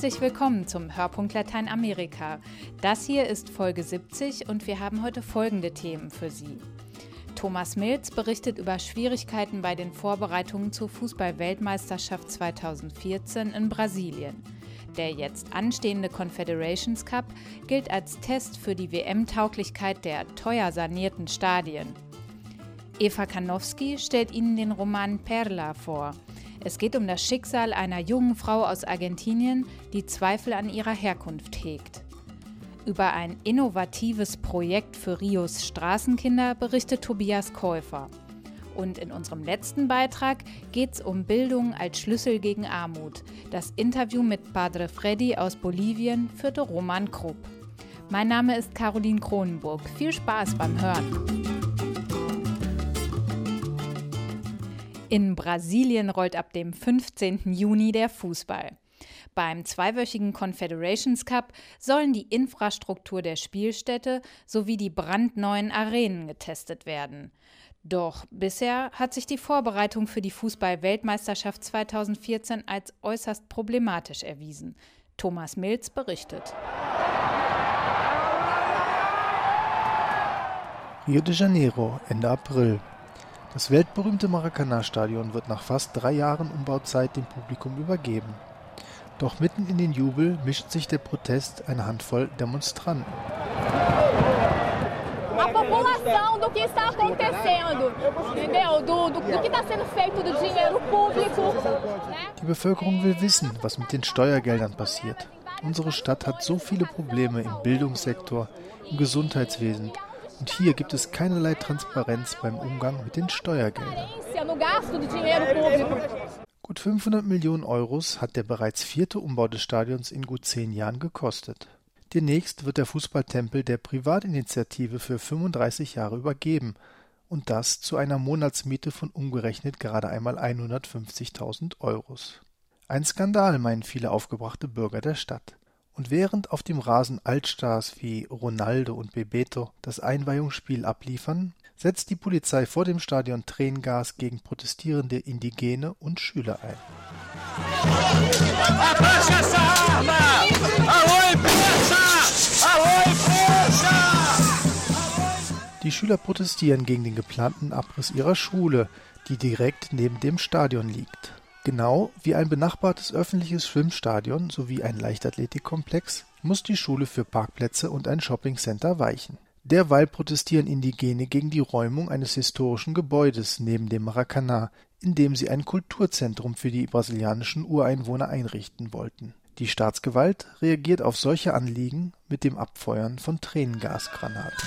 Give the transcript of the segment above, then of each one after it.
Herzlich willkommen zum Hörpunkt Lateinamerika. Das hier ist Folge 70 und wir haben heute folgende Themen für Sie. Thomas Milz berichtet über Schwierigkeiten bei den Vorbereitungen zur Fußball-Weltmeisterschaft 2014 in Brasilien. Der jetzt anstehende Confederations Cup gilt als Test für die WM-Tauglichkeit der teuer sanierten Stadien. Eva Kanowski stellt Ihnen den Roman Perla vor. Es geht um das Schicksal einer jungen Frau aus Argentinien, die Zweifel an ihrer Herkunft hegt. Über ein innovatives Projekt für Rios Straßenkinder berichtet Tobias Käufer. Und in unserem letzten Beitrag geht es um Bildung als Schlüssel gegen Armut. Das Interview mit Padre Freddy aus Bolivien führte Roman Krupp. Mein Name ist Caroline Kronenburg. Viel Spaß beim Hören. In Brasilien rollt ab dem 15. Juni der Fußball. Beim zweiwöchigen Confederations Cup sollen die Infrastruktur der Spielstätte sowie die brandneuen Arenen getestet werden. Doch bisher hat sich die Vorbereitung für die Fußball-Weltmeisterschaft 2014 als äußerst problematisch erwiesen. Thomas Milz berichtet. Rio de Janeiro, Ende April. Das weltberühmte Maracanã-Stadion wird nach fast 3 Jahren Umbauzeit dem Publikum übergeben. Doch mitten in den Jubel mischt sich der Protest einer Handvoll Demonstranten. A população do que está acontecendo, entendeu? Do que está sendo feito do dinheiro público. Die Bevölkerung will wissen, was mit den Steuergeldern passiert. Unsere Stadt hat so viele Probleme im Bildungssektor, im Gesundheitswesen. Und hier gibt es keinerlei Transparenz beim Umgang mit den Steuergeldern. Gut 500 Millionen Euros hat der bereits 4. Umbau des Stadions in gut 10 Jahren gekostet. Demnächst wird der Fußballtempel der Privatinitiative für 35 Jahre übergeben. Und das zu einer Monatsmiete von umgerechnet gerade einmal 150.000 Euros. Ein Skandal, meinen viele aufgebrachte Bürger der Stadt. Und während auf dem Rasen Altstars wie Ronaldo und Bebeto das Einweihungsspiel abliefern, setzt die Polizei vor dem Stadion Tränengas gegen protestierende Indigene und Schüler ein. Die Schüler protestieren gegen den geplanten Abriss ihrer Schule, die direkt neben dem Stadion liegt. Genau wie ein benachbartes öffentliches Schwimmstadion sowie ein Leichtathletikkomplex muss die Schule für Parkplätze und ein Shoppingcenter weichen. Derweil protestieren Indigene gegen die Räumung eines historischen Gebäudes neben dem Maracanã, in dem sie ein Kulturzentrum für die brasilianischen Ureinwohner einrichten wollten. Die Staatsgewalt reagiert auf solche Anliegen mit dem Abfeuern von Tränengasgranaten.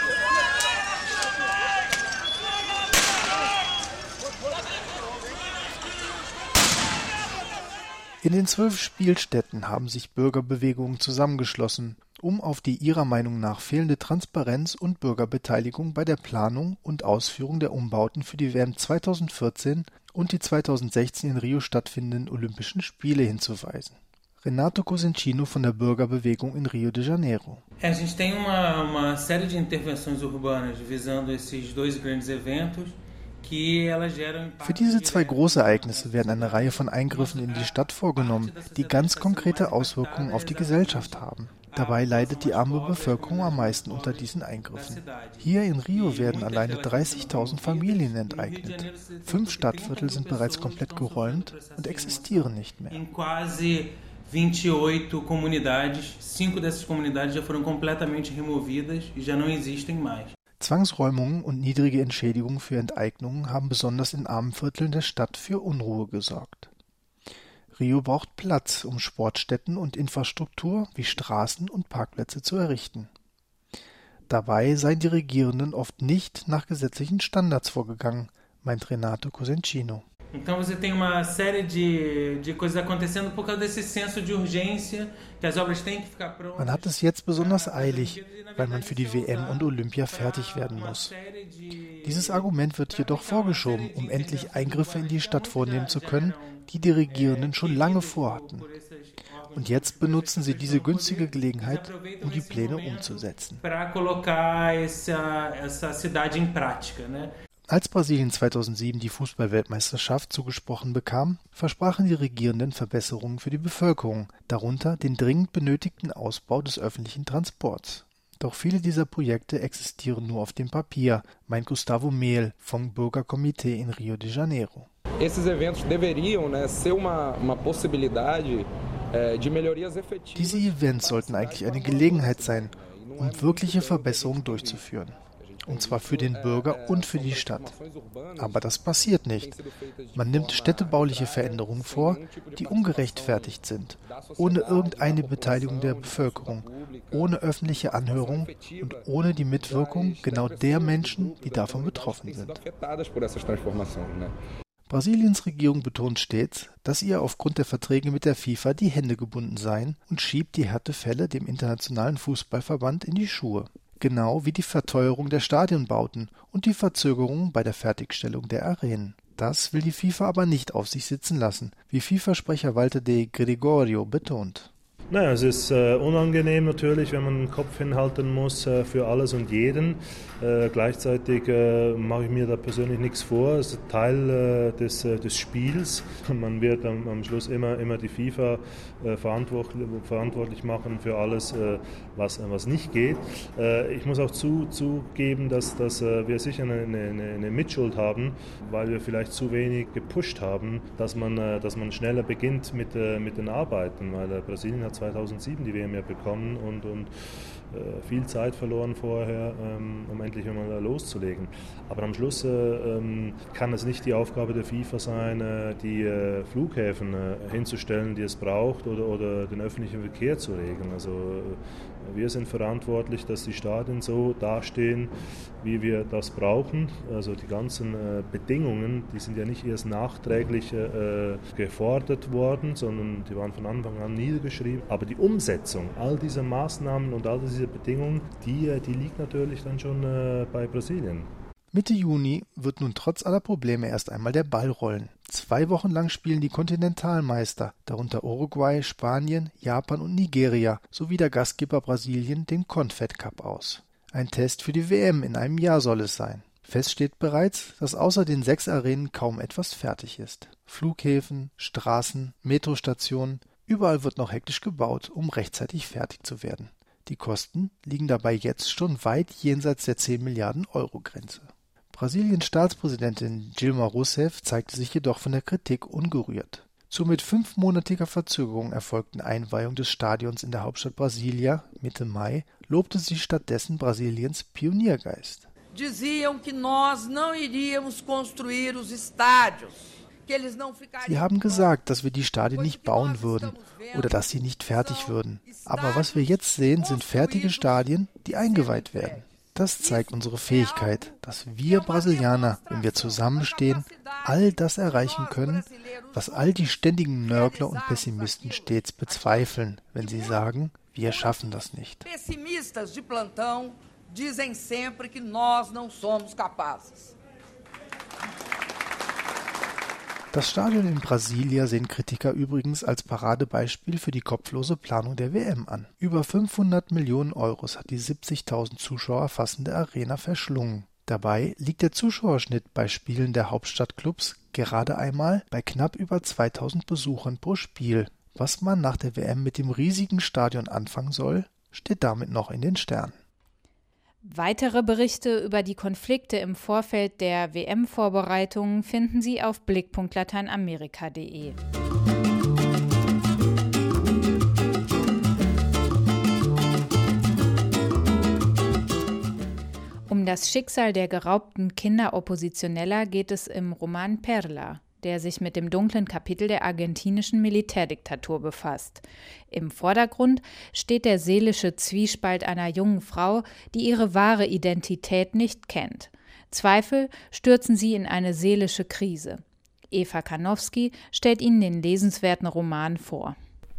In den 12 Spielstätten haben sich Bürgerbewegungen zusammengeschlossen, um auf die ihrer Meinung nach fehlende Transparenz und Bürgerbeteiligung bei der Planung und Ausführung der Umbauten für die WM 2014 und die 2016 in Rio stattfindenden Olympischen Spiele hinzuweisen. Renato Cosentino von der Bürgerbewegung in Rio de Janeiro. A gente tem uma série de intervenções urbanas visando esses 2 grandes eventos. Für diese 2 Großereignisse werden eine Reihe von Eingriffen in die Stadt vorgenommen, die ganz konkrete Auswirkungen auf die Gesellschaft haben. Dabei leidet die arme Bevölkerung am meisten unter diesen Eingriffen. Hier in Rio werden alleine 30.000 Familien enteignet. 5 Stadtviertel sind bereits komplett geräumt und existieren nicht mehr. 28 comunidades, 5 dessas comunidades já foram completamente removidas e já não existem mais. Zwangsräumungen und niedrige Entschädigungen für Enteignungen haben besonders in armen Vierteln der Stadt für Unruhe gesorgt. Rio braucht Platz, um Sportstätten und Infrastruktur wie Straßen und Parkplätze zu errichten. Dabei seien die Regierenden oft nicht nach gesetzlichen Standards vorgegangen, meint Renato Cosentino. Então você tem uma série de coisas acontecendo por causa desse senso de urgência, que as obras têm que ficar prontas. Man hat es jetzt besonders eilig, weil man für die WM und Olympia fertig werden muss. Dieses Argument wird jedoch vorgeschoben, um endlich Eingriffe in die Stadt vornehmen zu können, die die Regierenden schon lange vorhatten. Und jetzt benutzen sie diese günstige Gelegenheit, um die Pläne umzusetzen. Als Brasilien 2007 die Fußball-Weltmeisterschaft zugesprochen bekam, versprachen die Regierenden Verbesserungen für die Bevölkerung, darunter den dringend benötigten Ausbau des öffentlichen Transports. Doch viele dieser Projekte existieren nur auf dem Papier, meint Gustavo Mehl vom Bürgerkomitee in Rio de Janeiro. Esses eventos deveriam ser uma possibilidade de melhorias efetivas. Diese Events sollten eigentlich eine Gelegenheit sein, um wirkliche Verbesserungen durchzuführen. Und zwar für den Bürger und für die Stadt. Aber das passiert nicht. Man nimmt städtebauliche Veränderungen vor, die ungerechtfertigt sind, ohne irgendeine Beteiligung der Bevölkerung, ohne öffentliche Anhörung und ohne die Mitwirkung genau der Menschen, die davon betroffen sind. Brasiliens Regierung betont stets, dass ihr aufgrund der Verträge mit der FIFA die Hände gebunden seien und schiebt die Härtefälle dem Internationalen Fußballverband in die Schuhe. Genau wie die Verteuerung der Stadionbauten und die Verzögerung bei der Fertigstellung der Arenen. Das will die FIFA aber nicht auf sich sitzen lassen, wie FIFA-Sprecher Walter de Gregorio betont. Naja, es ist unangenehm natürlich, wenn man den Kopf hinhalten muss für alles und jeden. Gleichzeitig mache ich mir da persönlich nichts vor. Es ist Teil des Spiels. Man wird am Schluss immer die FIFA verantwortlich machen für alles, was nicht geht. Ich muss auch zugeben, dass wir sicher eine Mitschuld haben, weil wir vielleicht zu wenig gepusht haben, dass man schneller beginnt mit den Arbeiten, weil Brasilien hat 2007 die WM ja bekommen und viel Zeit verloren vorher, um endlich einmal loszulegen. Aber am Schluss kann es nicht die Aufgabe der FIFA sein, die Flughäfen hinzustellen, die es braucht, oder den öffentlichen Verkehr zu regeln. Also wir sind verantwortlich, dass die Stadien so dastehen, wie wir das brauchen. Also die ganzen Bedingungen, die sind ja nicht erst nachträglich gefordert worden, sondern die waren von Anfang an niedergeschrieben. Aber die Umsetzung all dieser Maßnahmen und all diese Bedingungen, die liegt natürlich dann schon bei Brasilien. Mitte Juni wird nun trotz aller Probleme erst einmal der Ball rollen. 2 Wochen lang spielen die Kontinentalmeister, darunter Uruguay, Spanien, Japan und Nigeria, sowie der Gastgeber Brasilien den Confed Cup aus. Ein Test für die WM in einem Jahr soll es sein. Fest steht bereits, dass außer den 6 Arenen kaum etwas fertig ist. Flughäfen, Straßen, Metrostationen, überall wird noch hektisch gebaut, um rechtzeitig fertig zu werden. Die Kosten liegen dabei jetzt schon weit jenseits der 10 Milliarden Euro Grenze. Brasiliens Staatspräsidentin Dilma Rousseff zeigte sich jedoch von der Kritik ungerührt. Zur mit 5-monatiger Verzögerung erfolgten Einweihung des Stadions in der Hauptstadt Brasília Mitte Mai lobte sie stattdessen Brasiliens Pioniergeist. Diziam que nós não iríamos construir os estádios. Sie haben gesagt, dass wir die Stadien nicht bauen würden oder dass sie nicht fertig würden. Aber was wir jetzt sehen, sind fertige Stadien, die eingeweiht werden. Das zeigt unsere Fähigkeit, dass wir Brasilianer, wenn wir zusammenstehen, all das erreichen können, was all die ständigen Nörgler und Pessimisten stets bezweifeln, wenn sie sagen, wir schaffen das nicht. Pessimistas de plantão dizem sempre que nós não somos capazes. Das Stadion in Brasília sehen Kritiker übrigens als Paradebeispiel für die kopflose Planung der WM an. Über 500 Millionen Euros hat die 70.000 Zuschauer fassende Arena verschlungen. Dabei liegt der Zuschauerschnitt bei Spielen der Hauptstadtclubs gerade einmal bei knapp über 2000 Besuchern pro Spiel. Was man nach der WM mit dem riesigen Stadion anfangen soll, steht damit noch in den Sternen. Weitere Berichte über die Konflikte im Vorfeld der WM-Vorbereitungen finden Sie auf blick.lateinamerika.de. Um das Schicksal der geraubten Kinder Oppositioneller geht es im Roman Perla, der sich mit dem dunklen Kapitel der argentinischen Militärdiktatur befasst. Im Vordergrund steht der seelische Zwiespalt einer jungen Frau, die ihre wahre Identität nicht kennt. Zweifel stürzen sie in eine seelische Krise. Eva Karnowski stellt Ihnen den lesenswerten Roman vor.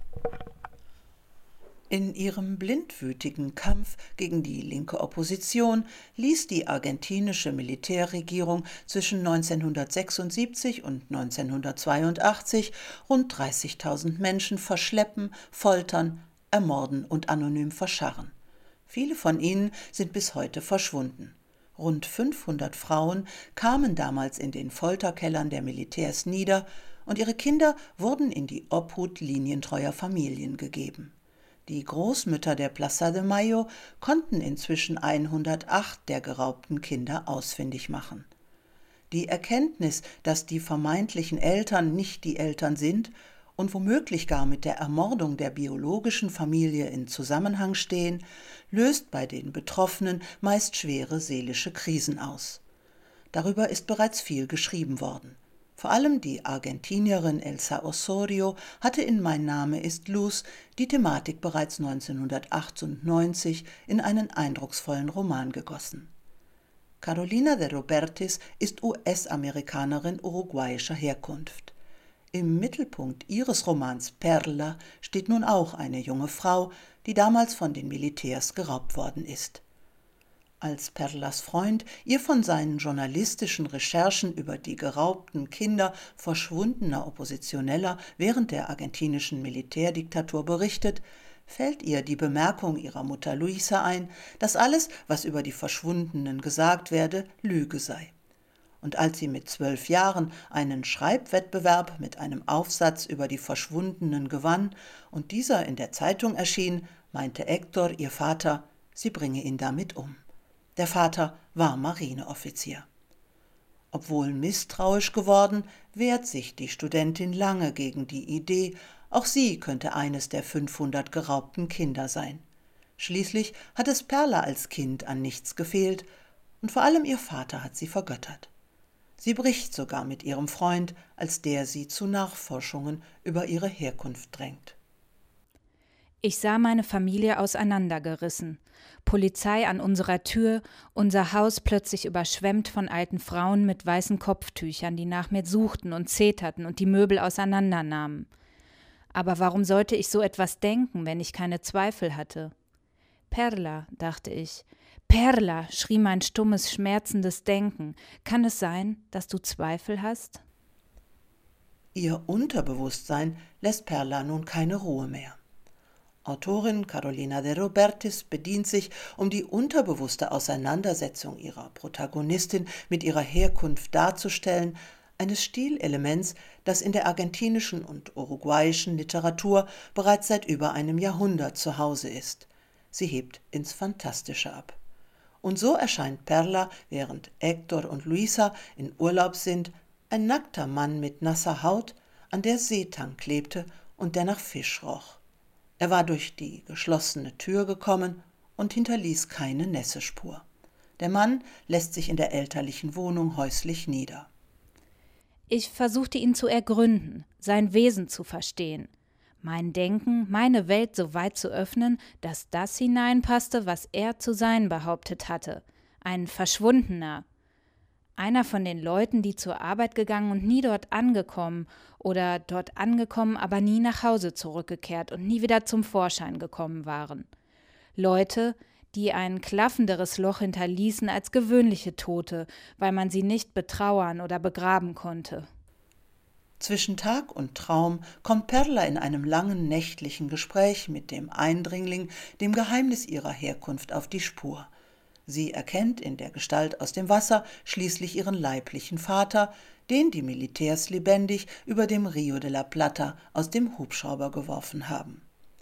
In ihrem blindwütigen Kampf gegen die linke Opposition ließ die argentinische Militärregierung zwischen 1976 und 1982 rund 30.000 Menschen verschleppen, foltern, ermorden und anonym verscharren. Viele von ihnen sind bis heute verschwunden. Rund 500 Frauen kamen damals in den Folterkellern der Militärs nieder und ihre Kinder wurden in die Obhut linientreuer Familien gegeben. Die Großmütter der Plaza de Mayo konnten inzwischen 108 der geraubten Kinder ausfindig machen. Die Erkenntnis, dass die vermeintlichen Eltern nicht die Eltern sind und womöglich gar mit der Ermordung der biologischen Familie in Zusammenhang stehen, löst bei den Betroffenen meist schwere seelische Krisen aus. Darüber ist bereits viel geschrieben worden. Vor allem die Argentinierin Elsa Osorio hatte in Mein Name ist Luz die Thematik bereits 1998 in einen eindrucksvollen Roman gegossen. Carolina de Robertis ist US-Amerikanerin uruguayischer Herkunft. Im Mittelpunkt ihres Romans Perla steht nun auch eine junge Frau, die damals von den Militärs geraubt worden ist. Als Perlas Freund ihr von seinen journalistischen Recherchen über die geraubten Kinder verschwundener Oppositioneller während der argentinischen Militärdiktatur berichtet, fällt ihr die Bemerkung ihrer Mutter Luisa ein, dass alles, was über die Verschwundenen gesagt werde, Lüge sei. Und als sie mit 12 Jahren einen Schreibwettbewerb mit einem Aufsatz über die Verschwundenen gewann und dieser in der Zeitung erschien, meinte Héctor, ihr Vater, sie bringe ihn damit um. Der Vater war Marineoffizier. Obwohl misstrauisch geworden, wehrt sich die Studentin lange gegen die Idee, auch sie könnte eines der 500 geraubten Kinder sein. Schließlich hat es Perla als Kind an nichts gefehlt und vor allem ihr Vater hat sie vergöttert. Sie bricht sogar mit ihrem Freund, als der sie zu Nachforschungen über ihre Herkunft drängt. Ich sah meine Familie auseinandergerissen. Polizei an unserer Tür, unser Haus plötzlich überschwemmt von alten Frauen mit weißen Kopftüchern, die nach mir suchten und zeterten und die Möbel auseinandernahmen. Aber warum sollte ich so etwas denken, wenn ich keine Zweifel hatte? Perla, dachte ich. Perla, schrie mein stummes, schmerzendes Denken. Kann es sein, dass du Zweifel hast? Ihr Unterbewusstsein lässt Perla nun keine Ruhe mehr. Autorin Carolina de Robertis bedient sich, um die unterbewusste Auseinandersetzung ihrer Protagonistin mit ihrer Herkunft darzustellen, eines Stilelements, das in der argentinischen und uruguayischen Literatur bereits seit über einem Jahrhundert zu Hause ist. Sie hebt ins Fantastische ab. Und so erscheint Perla, während Héctor und Luisa in Urlaub sind, ein nackter Mann mit nasser Haut, an der Seetang klebte und der nach Fisch roch. Er war durch die geschlossene Tür gekommen und hinterließ keine Nässespur. Der Mann lässt sich in der elterlichen Wohnung häuslich nieder. Ich versuchte ihn zu ergründen, sein Wesen zu verstehen. Mein Denken, meine Welt so weit zu öffnen, dass das hineinpasste, was er zu sein behauptet hatte. Ein Verschwundener. Einer von den Leuten, die zur Arbeit gegangen und nie dort angekommen oder dort angekommen, aber nie nach Hause zurückgekehrt und nie wieder zum Vorschein gekommen waren. Leute, die ein klaffenderes Loch hinterließen als gewöhnliche Tote, weil man sie nicht betrauern oder begraben konnte. Zwischen Tag und Traum kommt Perla in einem langen nächtlichen Gespräch mit dem Eindringling dem Geheimnis ihrer Herkunft auf die Spur. Sie erkennt in der Gestalt aus dem Wasser schließlich ihren leiblichen Vater, den die Militärs lebendig über dem Rio de la Plata aus dem Hubschrauber geworfen haben.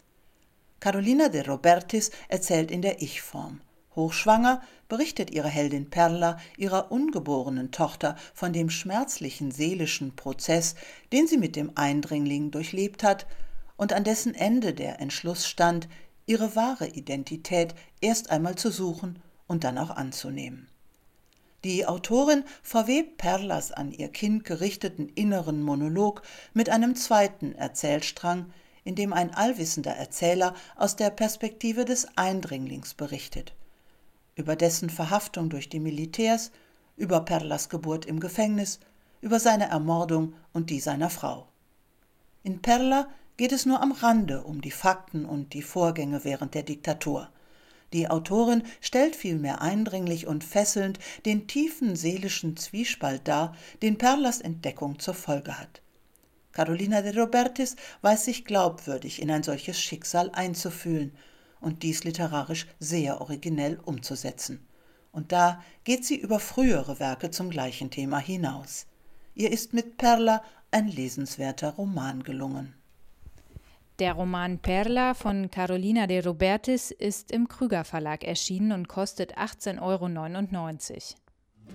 Carolina de Robertis erzählt in der Ich-Form. Hochschwanger berichtet ihre Heldin Perla ihrer ungeborenen Tochter von dem schmerzlichen seelischen Prozess, den sie mit dem Eindringling durchlebt hat und an dessen Ende der Entschluss stand, ihre wahre Identität erst einmal zu suchen und dann auch anzunehmen. Die Autorin verwebt Perlas an ihr Kind gerichteten inneren Monolog mit einem zweiten Erzählstrang, in dem ein allwissender Erzähler aus der Perspektive des Eindringlings berichtet. Über dessen Verhaftung durch die Militärs, über Perlas Geburt im Gefängnis, über seine Ermordung und die seiner Frau. In Perla geht es nur am Rande um die Fakten und die Vorgänge während der Diktatur. Die Autorin stellt vielmehr eindringlich und fesselnd den tiefen seelischen Zwiespalt dar, den Perlas Entdeckung zur Folge hat. Carolina de Robertis weiß sich glaubwürdig in ein solches Schicksal einzufühlen und dies literarisch sehr originell umzusetzen. Und da geht sie über frühere Werke zum gleichen Thema hinaus. Ihr ist mit Perla ein lesenswerter Roman gelungen. Der Roman Perla von Carolina de Robertis ist im Krüger Verlag erschienen und kostet 18,99 €.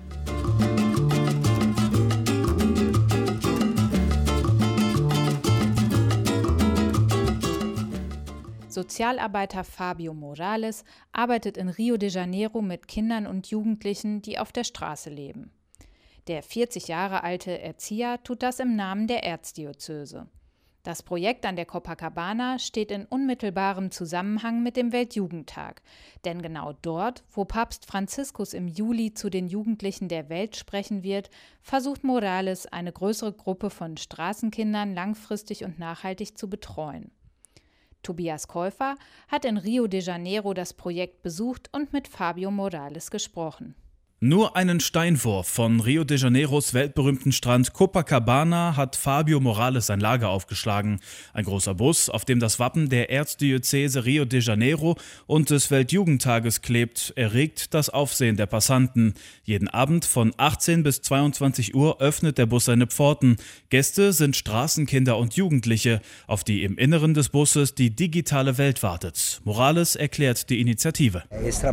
Sozialarbeiter Fabio Morales arbeitet in Rio de Janeiro mit Kindern und Jugendlichen, die auf der Straße leben. Der 40 Jahre alte Erzieher tut das im Namen der Erzdiözese. Das Projekt an der Copacabana steht in unmittelbarem Zusammenhang mit dem Weltjugendtag. Denn genau dort, wo Papst Franziskus im Juli zu den Jugendlichen der Welt sprechen wird, versucht Morales, eine größere Gruppe von Straßenkindern langfristig und nachhaltig zu betreuen. Tobias Käufer hat in Rio de Janeiro das Projekt besucht und mit Fabio Morales gesprochen. Nur einen Steinwurf von Rio de Janeiros weltberühmten Strand Copacabana hat Fabio Morales sein Lager aufgeschlagen. Ein großer Bus, auf dem das Wappen der Erzdiözese Rio de Janeiro und des Weltjugendtages klebt, erregt das Aufsehen der Passanten. Jeden Abend von 18 bis 22 Uhr öffnet der Bus seine Pforten. Gäste sind Straßenkinder und Jugendliche, auf die im Inneren des Busses die digitale Welt wartet. Morales erklärt die Initiative.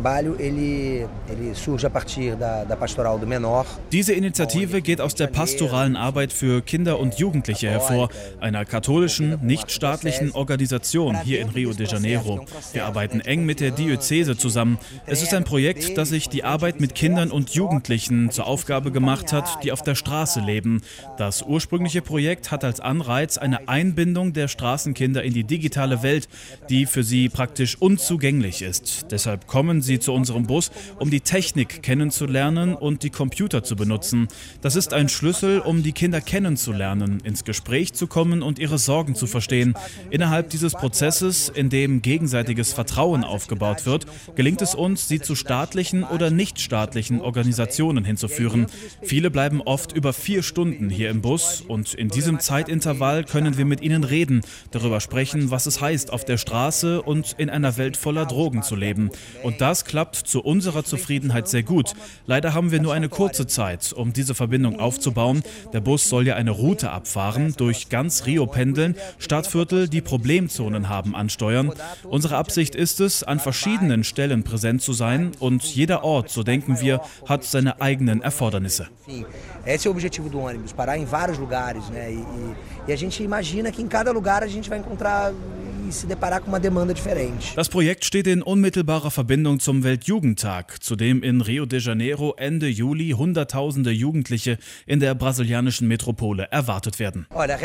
Diese Initiative geht aus der pastoralen Arbeit für Kinder und Jugendliche hervor, einer katholischen, nichtstaatlichen Organisation hier in Rio de Janeiro. Wir arbeiten eng mit der Diözese zusammen. Es ist ein Projekt, das sich die Arbeit mit Kindern und Jugendlichen zur Aufgabe gemacht hat, die auf der Straße leben. Das ursprüngliche Projekt hat als Anreiz eine Einbindung der Straßenkinder in die digitale Welt, die für sie praktisch unzugänglich ist. Deshalb kommen sie zu unserem Bus, um die Technik kennenzulernen und die Computer zu benutzen. Das ist ein Schlüssel, um die Kinder kennenzulernen, ins Gespräch zu kommen und ihre Sorgen zu verstehen. Innerhalb dieses Prozesses, in dem gegenseitiges Vertrauen aufgebaut wird, gelingt es uns, sie zu staatlichen oder nichtstaatlichen Organisationen hinzuführen. Viele bleiben oft über 4 Stunden hier im Bus und in diesem Zeitintervall können wir mit ihnen reden, darüber sprechen, was es heißt, auf der Straße und in einer Welt voller Drogen zu leben. Und das klappt zu unserer Zufriedenheit sehr gut. Leider haben wir nur eine kurze Zeit, um diese Verbindung aufzubauen. Der Bus soll ja eine Route abfahren, durch ganz Rio pendeln, Stadtviertel, die Problemzonen haben, ansteuern. Unsere Absicht ist es, an verschiedenen Stellen präsent zu sein und jeder Ort, so denken wir, hat seine eigenen Erfordernisse. Esse é o objetivo do ônibus, parar em vários lugares, né? E a gente imagina que em cada lugar a gente vai encontrar se deparar com uma demanda diferente. Das Projekt steht in unmittelbarer Verbindung zum Weltjugendtag, zu dem in Rio de Janeiro Ende Juli Hunderttausende Jugendliche in der brasilianischen Metropole erwartet werden.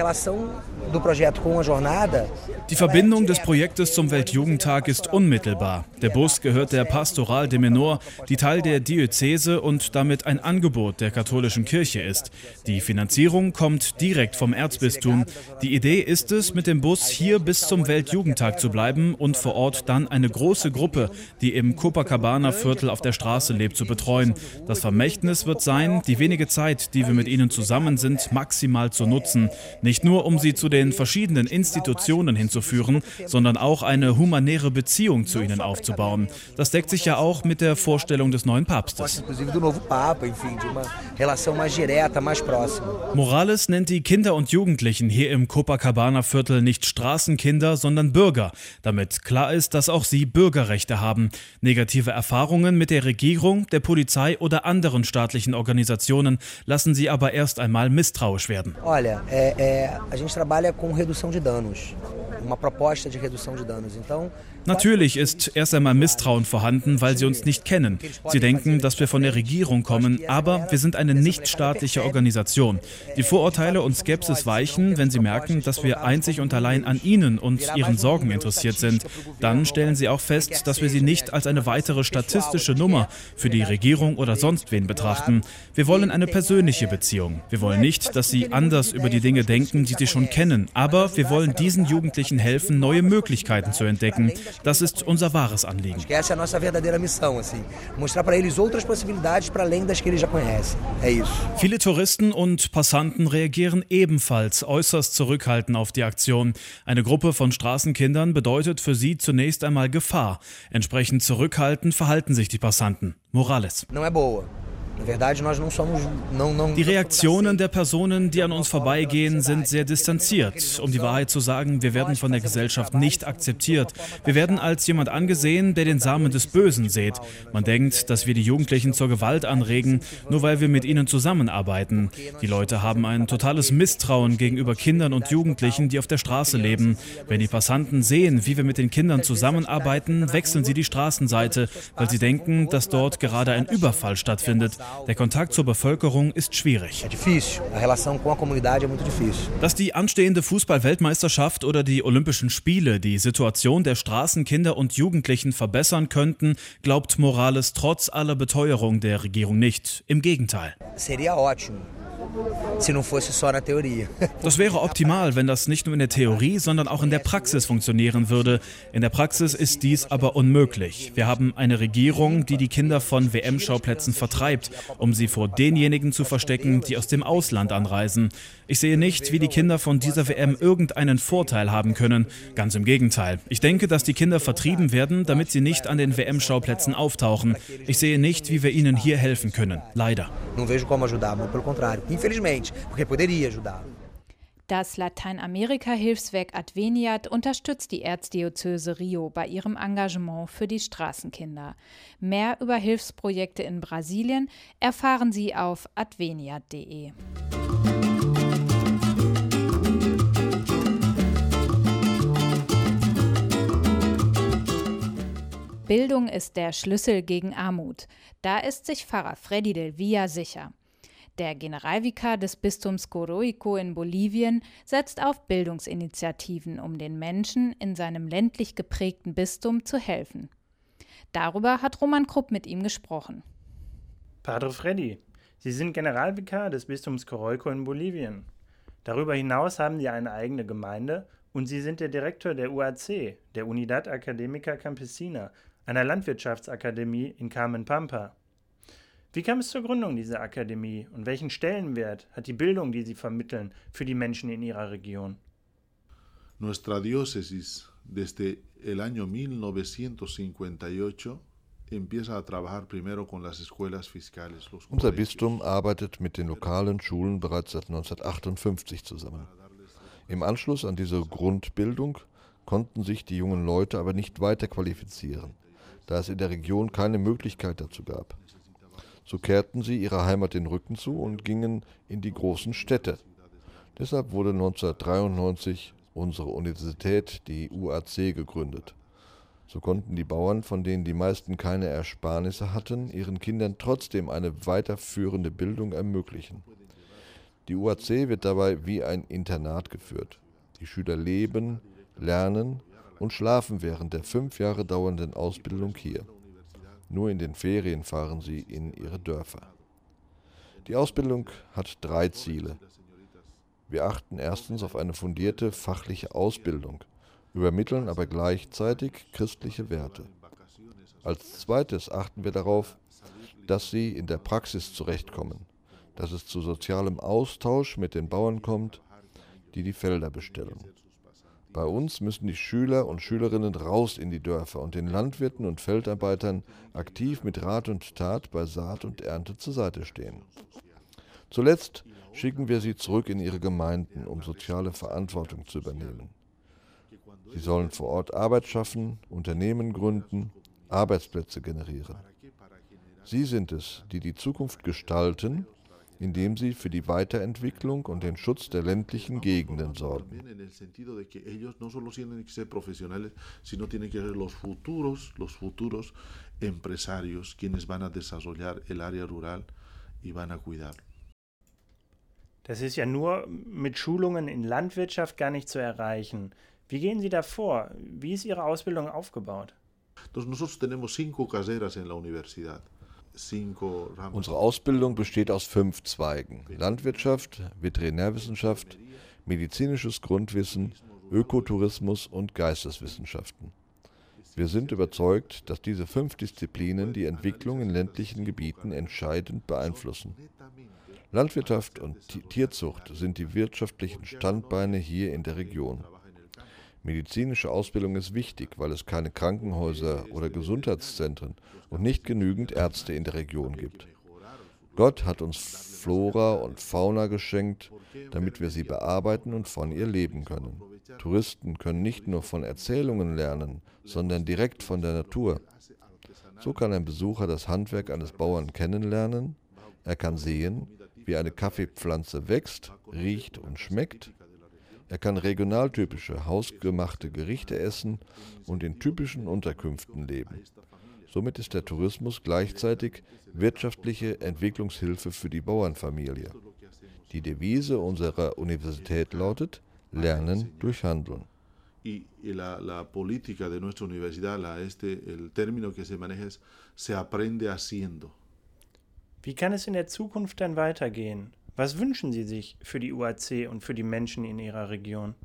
Die Verbindung des Projektes zum Weltjugendtag ist unmittelbar. Der Bus gehört der Pastoral de Menor, die Teil der Diözese und damit ein Angebot der katholischen Kirche ist. Die Finanzierung kommt direkt vom Erzbistum. Die Idee ist es, mit dem Bus hier bis zum Weltjugendtag zu bleiben und vor Ort dann eine große Gruppe, die im Copacabana-Viertel auf der Straße lebt, zu betreuen. Das Vermächtnis wird sein, die wenige Zeit, die wir mit ihnen zusammen sind, maximal zu nutzen. Nicht nur, um sie zu den verschiedenen Institutionen hinzuführen, sondern auch eine humanitäre Beziehung zu ihnen aufzubauen. Das deckt sich ja auch mit der Vorstellung des neuen Papstes. Morales nennt die Kinder und Jugendlichen hier im Copacabana-Viertel nicht Straßenkinder, sondern Bürger, damit klar ist, dass auch sie Bürgerrechte haben. Negative Erfahrungen mit der Regierung, der Polizei oder anderen staatlichen Organisationen lassen sie aber erst einmal misstrauisch werden. Olha, a gente trabalha com redução de danos, uma proposta de redução de danos. Então natürlich ist erst einmal Misstrauen vorhanden, weil sie uns nicht kennen. Sie denken, dass wir von der Regierung kommen, aber wir sind eine nichtstaatliche Organisation. Die Vorurteile und Skepsis weichen, wenn sie merken, dass wir einzig und allein an ihnen und ihren Sorgen interessiert sind. Dann stellen sie auch fest, dass wir sie nicht als eine weitere statistische Nummer für die Regierung oder sonst wen betrachten. Wir wollen eine persönliche Beziehung. Wir wollen nicht, dass sie anders über die Dinge denken, die sie schon kennen, aber wir wollen diesen Jugendlichen Jugendlichen helfen, neue Möglichkeiten zu entdecken. Das ist unser wahres Anliegen. Essa é a nossa verdadeira missão, assim, mostrar para eles outras possibilidades para além das que eles já conhecem. É isso. Viele Touristen und Passanten reagieren ebenfalls äußerst zurückhaltend auf die Aktion. Eine Gruppe von Straßenkindern bedeutet für sie zunächst einmal Gefahr. Entsprechend zurückhaltend verhalten sich die Passanten. Morales. Não é boa. Die Reaktionen der Personen, die an uns vorbeigehen, sind sehr distanziert. Um die Wahrheit zu sagen, wir werden von der Gesellschaft nicht akzeptiert. Wir werden als jemand angesehen, der den Samen des Bösen sät. Man denkt, dass wir die Jugendlichen zur Gewalt anregen, nur weil wir mit ihnen zusammenarbeiten. Die Leute haben ein totales Misstrauen gegenüber Kindern und Jugendlichen, die auf der Straße leben. Wenn die Passanten sehen, wie wir mit den Kindern zusammenarbeiten, wechseln sie die Straßenseite, weil sie denken, dass dort gerade ein Überfall stattfindet. Der Kontakt zur Bevölkerung ist schwierig. Dass die anstehende Fußball-Weltmeisterschaft oder die Olympischen Spiele die Situation der Straßenkinder und Jugendlichen verbessern könnten, glaubt Morales trotz aller Beteuerung der Regierung nicht. Im Gegenteil. Das wäre optimal, wenn das nicht nur in der Theorie, sondern auch in der Praxis funktionieren würde. In der Praxis ist dies aber unmöglich. Wir haben eine Regierung, die die Kinder von WM-Schauplätzen vertreibt, um sie vor denjenigen zu verstecken, die aus dem Ausland anreisen. Ich sehe nicht, wie die Kinder von dieser WM irgendeinen Vorteil haben können. Ganz im Gegenteil. Ich denke, dass die Kinder vertrieben werden, damit sie nicht an den WM-Schauplätzen auftauchen. Ich sehe nicht, wie wir ihnen hier helfen können. Leider. Das Lateinamerika-Hilfswerk Adveniat unterstützt die Erzdiözese Rio bei ihrem Engagement für die Straßenkinder. Mehr über Hilfsprojekte in Brasilien erfahren Sie auf adveniat.de. Bildung ist der Schlüssel gegen Armut. Da ist sich Pfarrer Freddy del Villa sicher. Der Generalvikar des Bistums Coroico in Bolivien setzt auf Bildungsinitiativen, um den Menschen in seinem ländlich geprägten Bistum zu helfen. Darüber hat Roman Krupp mit ihm gesprochen. Padre Freddy, Sie sind Generalvikar des Bistums Coroico in Bolivien. Darüber hinaus haben Sie eine eigene Gemeinde und Sie sind der Direktor der UAC, der Unidad Académica Campesina, einer Landwirtschaftsakademie in Carmen Pampa. Wie kam es zur Gründung dieser Akademie und welchen Stellenwert hat die Bildung, die Sie vermitteln, für die Menschen in Ihrer Region? Nuestra diócesis desde el año 1958 empieza a trabajar primero con las escuelas fiscales. Unser Bistum arbeitet mit den lokalen Schulen bereits seit 1958 zusammen. Im Anschluss an diese Grundbildung konnten sich die jungen Leute aber nicht weiter qualifizieren, da es in der Region keine Möglichkeit dazu gab. So kehrten sie ihrer Heimat den Rücken zu und gingen in die großen Städte. Deshalb wurde 1993 unsere Universität, die UAC, gegründet. So konnten die Bauern, von denen die meisten keine Ersparnisse hatten, ihren Kindern trotzdem eine weiterführende Bildung ermöglichen. Die UAC wird dabei wie ein Internat geführt. Die Schüler leben, lernen und schlafen während der 5 Jahre dauernden Ausbildung hier. Nur in den Ferien fahren sie in ihre Dörfer. Die Ausbildung hat 3 Ziele. Wir achten erstens auf eine fundierte fachliche Ausbildung, übermitteln aber gleichzeitig christliche Werte. Als zweites achten wir darauf, dass sie in der Praxis zurechtkommen, dass es zu sozialem Austausch mit den Bauern kommt, die die Felder bestellen. Bei uns müssen die Schüler und Schülerinnen raus in die Dörfer und den Landwirten und Feldarbeitern aktiv mit Rat und Tat bei Saat und Ernte zur Seite stehen. Zuletzt schicken wir sie zurück in ihre Gemeinden, um soziale Verantwortung zu übernehmen. Sie sollen vor Ort Arbeit schaffen, Unternehmen gründen, Arbeitsplätze generieren. Sie sind es, die die Zukunft gestalten, indem sie für die Weiterentwicklung und den Schutz der ländlichen Gegenden sorgen. Das ist ja nur mit Schulungen in Landwirtschaft gar nicht zu erreichen. Wie gehen Sie da vor? Wie ist Ihre Ausbildung aufgebaut? Nosotros tenemos 5 carreras en la universidad. Unsere Ausbildung besteht aus 5 Zweigen: Landwirtschaft, Veterinärwissenschaft, medizinisches Grundwissen Ökotourismus und Geisteswissenschaften. Wir sind überzeugt, dass diese 5 Disziplinen die Entwicklung in ländlichen Gebieten entscheidend beeinflussen. Landwirtschaft und Tierzucht sind die wirtschaftlichen Standbeine hier in der Region. Medizinische Ausbildung ist wichtig, weil es keine Krankenhäuser oder Gesundheitszentren und nicht genügend Ärzte in der Region gibt. Gott hat uns Flora und Fauna geschenkt, damit wir sie bearbeiten und von ihr leben können. Touristen können nicht nur von Erzählungen lernen, sondern direkt von der Natur. So kann ein Besucher das Handwerk eines Bauern kennenlernen, er kann sehen, wie eine Kaffeepflanze wächst, riecht und schmeckt. Er kann regionaltypische, hausgemachte Gerichte essen und in typischen Unterkünften leben. Somit ist der Tourismus gleichzeitig wirtschaftliche Entwicklungshilfe für die Bauernfamilie. Die Devise unserer Universität lautet: Lernen durch Handeln. La política de nuestra universidad, el término que se maneja es se aprende haciendo. Wie kann es in der Zukunft dann weitergehen? Was wünschen Sie sich für die UAC und für die Menschen in Ihrer Region?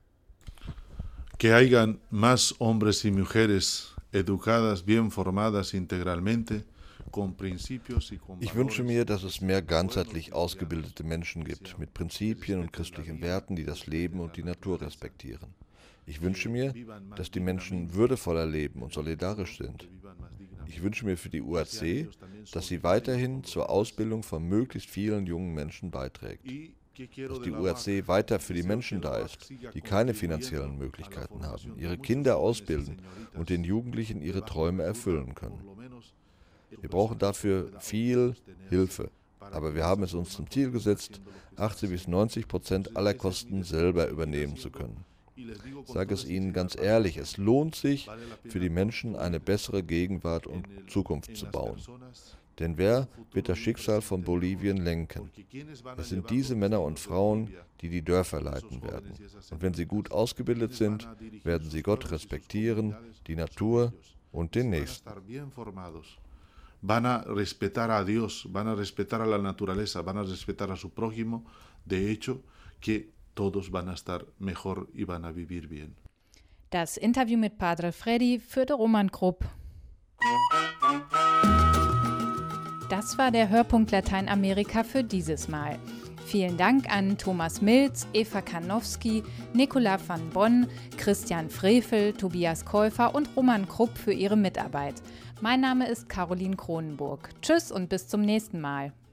Que hayan más hombres y mujeres educadas, bien formadas integralmente. Ich wünsche mir, dass es mehr ganzheitlich ausgebildete Menschen gibt, mit Prinzipien und christlichen Werten, die das Leben und die Natur respektieren. Ich wünsche mir, dass die Menschen würdevoller leben und solidarisch sind. Ich wünsche mir für die UAC, dass sie weiterhin zur Ausbildung von möglichst vielen jungen Menschen beiträgt. Dass die UAC weiter für die Menschen da ist, die keine finanziellen Möglichkeiten haben, ihre Kinder ausbilden und den Jugendlichen ihre Träume erfüllen können. Wir brauchen dafür viel Hilfe, aber wir haben es uns zum Ziel gesetzt, 80-90% aller Kosten selber übernehmen zu können. Ich sage es Ihnen ganz ehrlich, es lohnt sich, für die Menschen eine bessere Gegenwart und Zukunft zu bauen. Denn wer wird das Schicksal von Bolivien lenken? Es sind diese Männer und Frauen, die die Dörfer leiten werden. Und wenn sie gut ausgebildet sind, werden sie Gott respektieren, die Natur und den Nächsten. Van a respetar a Dios, van a respetar a la naturaleza, van a respetar a su prójimo, de hecho, que todos van a estar mejor y van a vivir bien. Das Interview mit Padre Freddy führte Roman Krupp. Das war der Hörpunkt Lateinamerika für dieses Mal. Vielen Dank an Thomas Milz, Eva Karnowski, Nicola van Bonn, Christian Frevel, Tobias Käufer und Roman Krupp für ihre Mitarbeit. Mein Name ist Caroline Kronenburg. Tschüss und bis zum nächsten Mal.